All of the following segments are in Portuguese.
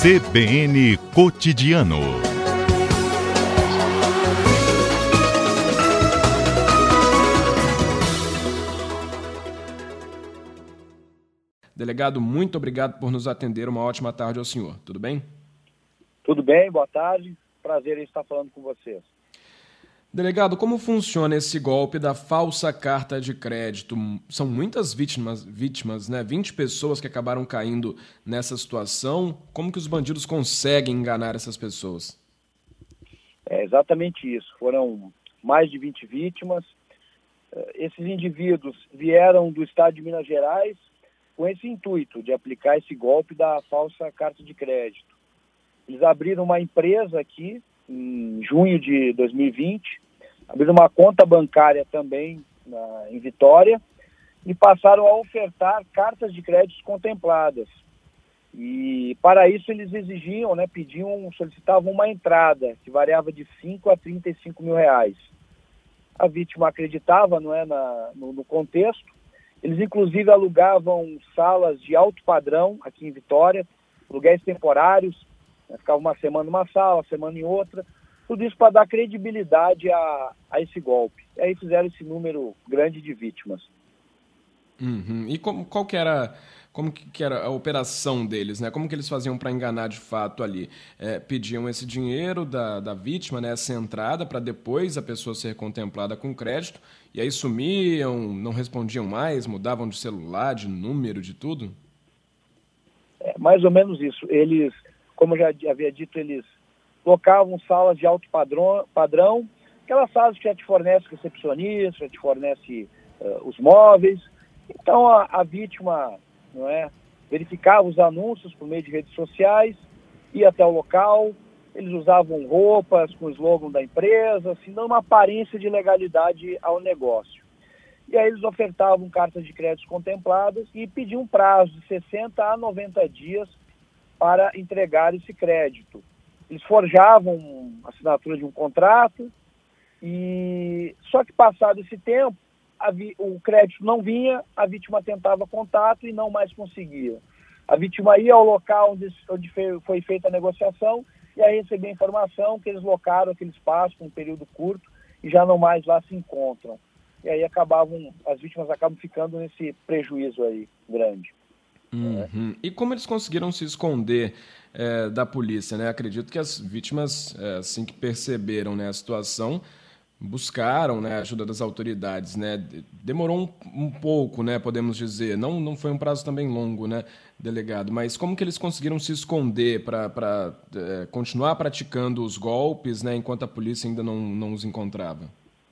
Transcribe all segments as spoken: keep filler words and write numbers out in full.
C B N Cotidiano. Delegado, muito obrigado por nos atender. Uma ótima tarde ao senhor. Tudo bem? Tudo bem, boa tarde. Prazer em estar falando com vocês. Delegado, como funciona esse golpe da falsa carta de crédito? São muitas vítimas, vítimas, né? vinte pessoas que acabaram caindo nessa situação. Como que os bandidos conseguem enganar essas pessoas? É exatamente isso. Foram mais de vinte vítimas. Esses indivíduos vieram do estado de Minas Gerais com esse intuito de aplicar esse golpe da falsa carta de crédito. Eles abriram uma empresa aqui em junho de dois mil e vinte, abriram uma conta bancária também na, em Vitória e passaram a ofertar cartas de crédito contempladas. E para isso eles exigiam, né, pediam, solicitavam uma entrada que variava de cinco a trinta e cinco mil reais. A vítima acreditava, não é, na, no, no contexto. Eles inclusive alugavam salas de alto padrão aqui em Vitória, aluguéis temporários, né, ficava uma semana numa sala, semana em outra. Tudo isso para dar credibilidade a, a esse golpe. E aí fizeram esse número grande de vítimas. Uhum. E como, qual que era, como que era a operação deles, né? Como que eles faziam para enganar de fato ali? É, pediam esse dinheiro da, da vítima, né, essa entrada, para depois a pessoa ser contemplada com crédito, e aí sumiam, não respondiam mais, mudavam de celular, de número, de tudo? É mais ou menos isso. Eles, como eu já havia dito, eles locavam salas de alto padrão, padrão, aquelas salas que já te fornecem recepcionista, já te fornece uh, os móveis. Então a, a vítima, não é, verificava os anúncios por meio de redes sociais, ia até o local, eles usavam roupas com o slogan da empresa, assim, dando uma aparência de legalidade ao negócio. E aí eles ofertavam cartas de crédito contempladas e pediam um prazo de sessenta a noventa dias para entregar esse crédito. Eles forjavam a assinatura de um contrato, e só que passado esse tempo, a vi... o crédito não vinha, a vítima tentava contato e não mais conseguia. A vítima ia ao local onde, onde foi feita a negociação e aí recebia a informação que eles locaram aquele espaço por um período curto e já não mais lá se encontram. E aí acabavam, as vítimas acabam ficando nesse prejuízo aí grande. Uhum. E como eles conseguiram se esconder é, da polícia, né? Acredito que as vítimas, é, assim que perceberam, né, a situação, buscaram, né, a ajuda das autoridades, né? Demorou um, um pouco, né, podemos dizer. Não, não foi um prazo também longo, né, delegado? Mas como que eles conseguiram se esconder para é, continuar praticando os golpes, né, enquanto a polícia ainda não, não os encontrava?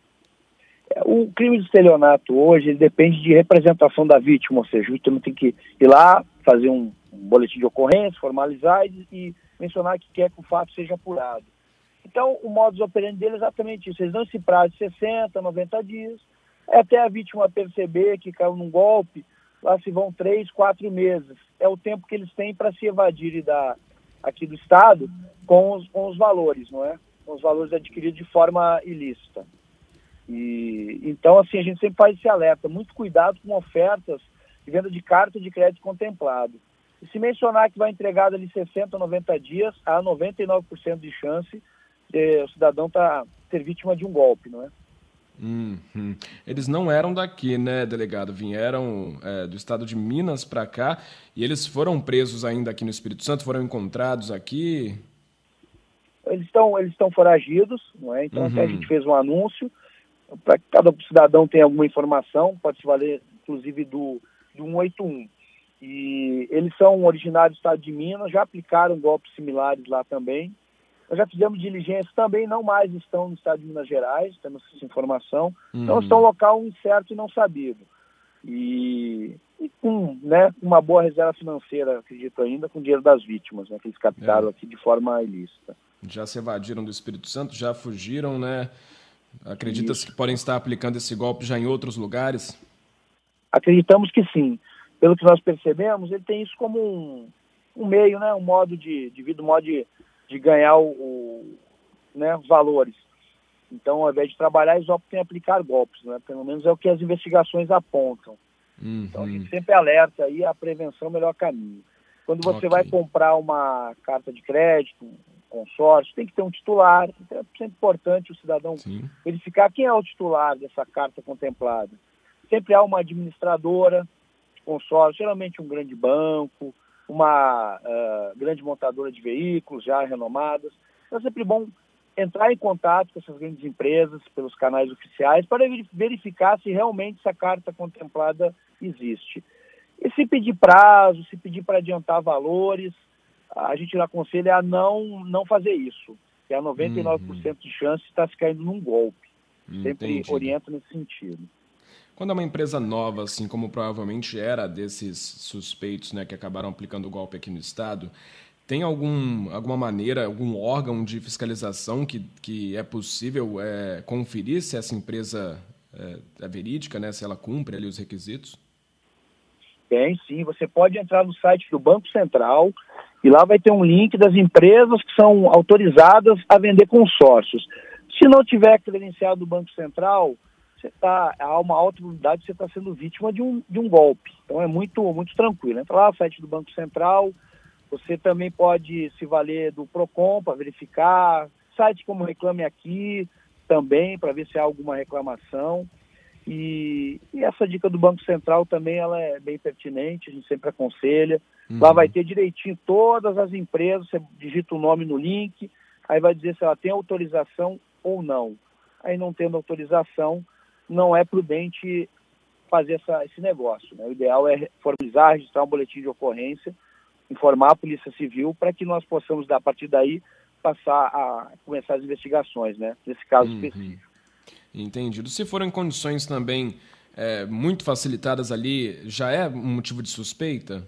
O crime de estelionato hoje ele depende de representação da vítima, ou seja, a vítima tem que ir lá, fazer um, um boletim de ocorrência, formalizar e, e mencionar que quer que o fato seja apurado. Então, o modus operandi dele é exatamente isso. Eles dão esse prazo de sessenta, noventa dias, até a vítima perceber que caiu num golpe, lá se vão três, quatro meses. É o tempo que eles têm para se evadirem da, aqui do Estado com os, com os valores, não é? Com os valores adquiridos de forma ilícita. E, então, assim, a gente sempre faz esse alerta. Muito cuidado com ofertas de venda de carta de crédito contemplado. E se mencionar que vai entregar ali sessenta, noventa dias, há noventa e nove por cento de chance de o cidadão tá, ser vítima de um golpe, não é? Uhum. Eles não eram daqui, né, delegado? Vieram é, do estado de Minas para cá e eles foram presos ainda aqui no Espírito Santo, foram encontrados aqui? Eles estão eles estão foragidos, não é? Então Uhum. até a gente fez um anúncio para que cada cidadão tenha alguma informação, pode se valer inclusive do, do cento e oitenta e um. E eles são originários do estado de Minas, já aplicaram golpes similares lá também. Nós já fizemos diligências, também não mais estão no estado de Minas Gerais, temos essa informação. Uhum. Então estão em local incerto e não sabido. E, e com, né, uma boa reserva financeira, acredito ainda, com o dinheiro das vítimas, né, que eles captaram é. aqui de forma ilícita. Já se evadiram do Espírito Santo, já fugiram, né? Acredita-se que podem estar aplicando esse golpe já em outros lugares? Acreditamos que sim. Pelo que nós percebemos, ele tem isso como um, um meio, né, um modo de, de vida, um modo de, de ganhar o, o, né, os valores. Então, ao invés de trabalhar, eles optam em aplicar golpes, né? Pelo menos é o que as investigações apontam. Uhum. Então, a gente sempre alerta aí, a prevenção é o melhor caminho. Quando você Ok. vai comprar uma carta de crédito, um consórcio, tem que ter um titular. Então é sempre importante o cidadão Sim. verificar quem é o titular dessa carta contemplada. Sempre há uma administradora de consórcio, geralmente um grande banco, uma uh, grande montadora de veículos já renomadas. Então é sempre bom entrar em contato com essas grandes empresas pelos canais oficiais para verificar se realmente essa carta contemplada existe. E se pedir prazo, se pedir para adiantar valores, a gente aconselha a não, não fazer isso, que há noventa e nove por cento de chance de estar se caindo num golpe. Sempre Entendido. orienta nesse sentido. Quando é uma empresa nova, assim como provavelmente era desses suspeitos, né, que acabaram aplicando o golpe aqui no estado, tem algum, alguma maneira, algum órgão de fiscalização que, que é possível é, conferir se essa empresa é, é verídica, né, se ela cumpre ali os requisitos? Tem sim, você pode entrar no site do Banco Central e lá vai ter um link das empresas que são autorizadas a vender consórcios. Se não tiver credenciado do Banco Central, você tá, há uma alta probabilidade de você estar sendo vítima de um, de um golpe. Então é muito, muito tranquilo. Entra lá no site do Banco Central, você também pode se valer do Procon para verificar, site como Reclame Aqui também para ver se há alguma reclamação. E, e essa dica do Banco Central também ela é bem pertinente, a gente sempre aconselha. Uhum. Lá vai ter direitinho todas as empresas, você digita o nome no link, aí vai dizer se ela tem autorização ou não. Aí não tendo autorização, não é prudente fazer essa, esse negócio, né? O ideal é formalizar, registrar um boletim de ocorrência, informar a Polícia Civil para que nós possamos, a partir daí, passar a começar as investigações, né? Nesse caso Uhum. específico. Entendido. Se forem condições também é, muito facilitadas ali, já é um motivo de suspeita?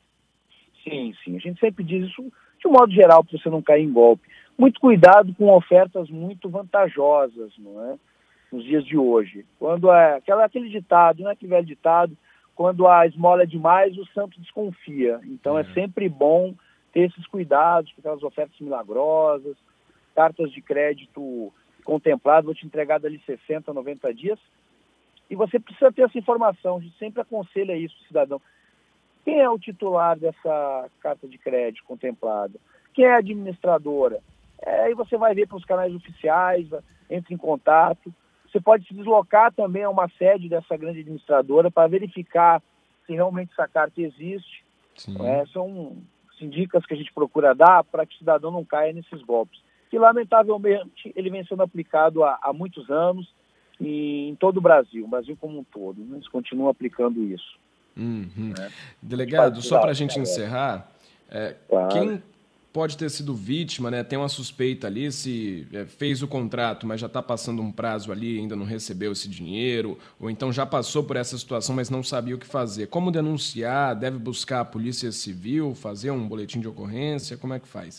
Sim, sim. A gente sempre diz isso de um modo geral para você não cair em golpe. Muito cuidado com ofertas muito vantajosas, não é? Nos dias de hoje. Quando é aquela, aquele ditado, né? Aquele velho ditado, quando a esmola é demais, o santo desconfia. Então é, é sempre bom ter esses cuidados com aquelas ofertas milagrosas, cartas de crédito contemplado, vou te entregar dali sessenta, noventa dias, e você precisa ter essa informação, a gente sempre aconselha isso, cidadão. Quem é o titular dessa carta de crédito contemplada? Quem é a administradora? É, aí você vai ver pelos canais oficiais, entre em contato. Você pode se deslocar também a uma sede dessa grande administradora para verificar se realmente essa carta existe. É, são assim, dicas que a gente procura dar para que o cidadão não caia nesses golpes. Que, lamentavelmente, ele vem sendo aplicado há, há muitos anos e em todo o Brasil, o Brasil como um todo. Né? Eles continuam aplicando isso. Uhum. Né? Delegado, só para a gente encerrar, é, claro. Quem pode ter sido vítima, né, tem uma suspeita ali, se é, fez o contrato, mas já está passando um prazo ali, ainda não recebeu esse dinheiro, ou então já passou por essa situação, mas não sabia o que fazer. Como denunciar? Deve buscar a Polícia Civil, fazer um boletim de ocorrência? Como é que faz?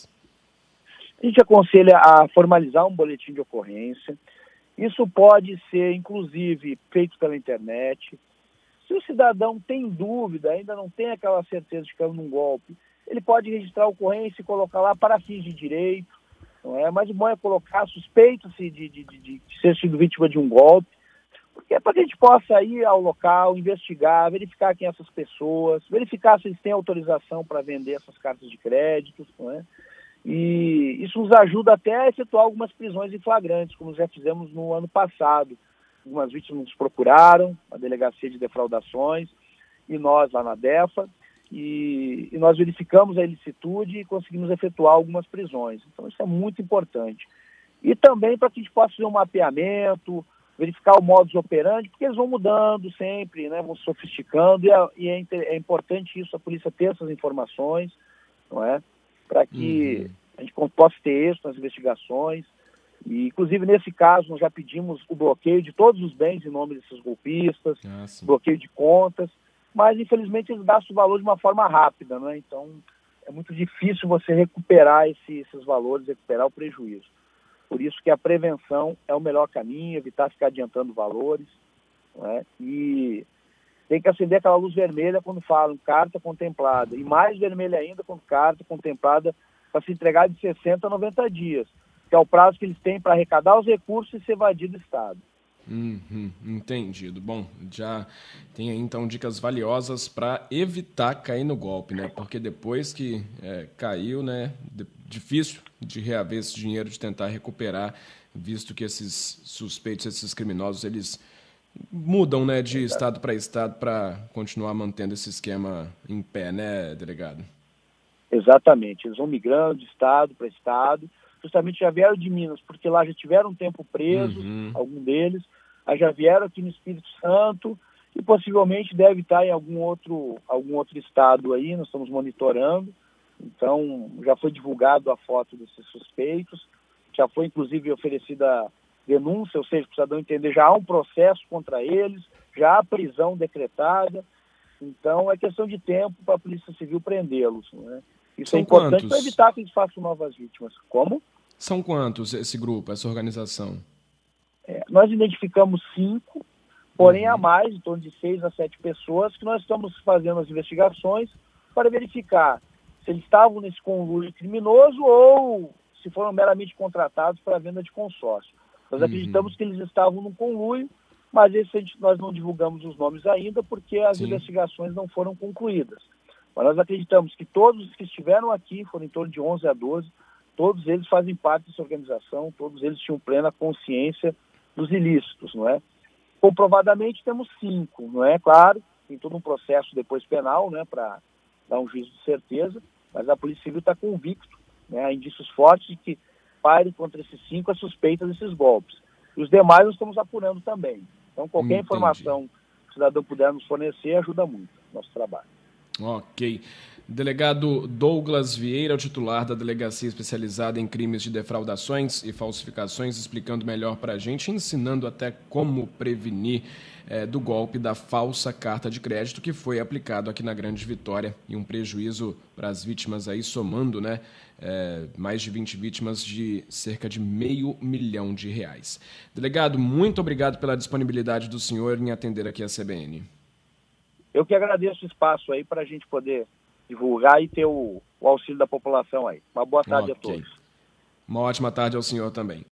A gente aconselha a formalizar um boletim de ocorrência. Isso pode ser, inclusive, feito pela internet. Se o cidadão tem dúvida, ainda não tem aquela certeza de que caiu num golpe, ele pode registrar a ocorrência e colocar lá para fins de direito. Não é? Mas o bom é colocar suspeito-se de, de, de, de ser sido vítima de um golpe, porque é para que a gente possa ir ao local, investigar, verificar quem são essas pessoas, verificar se eles têm autorização para vender essas cartas de crédito, não é? E isso nos ajuda até a efetuar algumas prisões em flagrantes, como já fizemos no ano passado. Algumas vítimas nos procuraram, a Delegacia de Defraudações, e nós lá na DEFA, e, e nós verificamos a ilicitude e conseguimos efetuar algumas prisões. Então isso é muito importante. E também para que a gente possa fazer um mapeamento, verificar o modus operandi, porque eles vão mudando sempre, né, vão se sofisticando, e, é, e é, é importante isso, a polícia ter essas informações, não é? Para que uhum. a gente possa ter êxito nas investigações. E, inclusive, nesse caso, nós já pedimos o bloqueio de todos os bens em nome desses golpistas, ah, bloqueio de contas, mas, infelizmente, eles gastam o valor de uma forma rápida, né? Então, é muito difícil você recuperar esse, esses valores, recuperar o prejuízo. Por isso que a prevenção é o melhor caminho, evitar ficar adiantando valores, né? E tem que acender aquela luz vermelha quando falam carta contemplada, e mais vermelha ainda quando carta contemplada para se entregar de sessenta a noventa dias, que é o prazo que eles têm para arrecadar os recursos e se evadir do Estado. Uhum, entendido. Bom, já tem aí então dicas valiosas para evitar cair no golpe, né? Porque depois que é, caiu, né, de, difícil de reaver esse dinheiro, de tentar recuperar, visto que esses suspeitos, esses criminosos, eles mudam, né, de estado para estado para continuar mantendo esse esquema em pé, né, delegado? Exatamente, eles vão migrando de estado para estado, justamente já vieram de Minas, porque lá já tiveram um tempo presos, Uhum. algum deles, aí já vieram aqui no Espírito Santo e possivelmente deve estar em algum outro, algum outro estado aí, nós estamos monitorando, então já foi divulgado a foto desses suspeitos, já foi inclusive oferecida denúncia, ou seja, para o cidadão entender, já há um processo contra eles, já há prisão decretada, então é questão de tempo para a Polícia Civil prendê-los, né? Isso São é importante quantos? para evitar que eles façam novas vítimas. Como? São quantos esse grupo, essa organização? É, nós identificamos cinco, porém Uhum. há mais, em torno de seis a sete pessoas, que nós estamos fazendo as investigações para verificar se eles estavam nesse conluio criminoso ou se foram meramente contratados para a venda de consórcio. Nós Uhum. acreditamos que eles estavam no conluio, mas esse a gente, nós não divulgamos os nomes ainda porque as Sim. investigações não foram concluídas. Mas nós acreditamos que todos os que estiveram aqui, foram em torno de onze a doze, todos eles fazem parte dessa organização, todos eles tinham plena consciência dos ilícitos, não é? Comprovadamente temos cinco, não é? Claro, tem todo um processo depois penal, né, para dar um juízo de certeza, mas a Polícia Civil está convicto, né, há indícios fortes de que pare contra esses cinco a suspeita desses golpes. E os demais nós estamos apurando também. Então qualquer Entendi. informação que o cidadão puder nos fornecer ajuda muito no nosso trabalho. Ok. Delegado Douglas Vieira, o titular da Delegacia Especializada em Crimes de Defraudações e Falsificações, explicando melhor para a gente, ensinando até como prevenir é, do golpe da falsa carta de crédito que foi aplicado aqui na Grande Vitória e um prejuízo para as vítimas aí, somando, né, é, mais de vinte vítimas de cerca de meio milhão de reais. Delegado, muito obrigado pela disponibilidade do senhor em atender aqui a C B N. Eu que agradeço o espaço aí para a gente poder divulgar e ter o, o auxílio da população aí. Uma boa tarde Ok. a todos. Uma ótima tarde ao senhor também.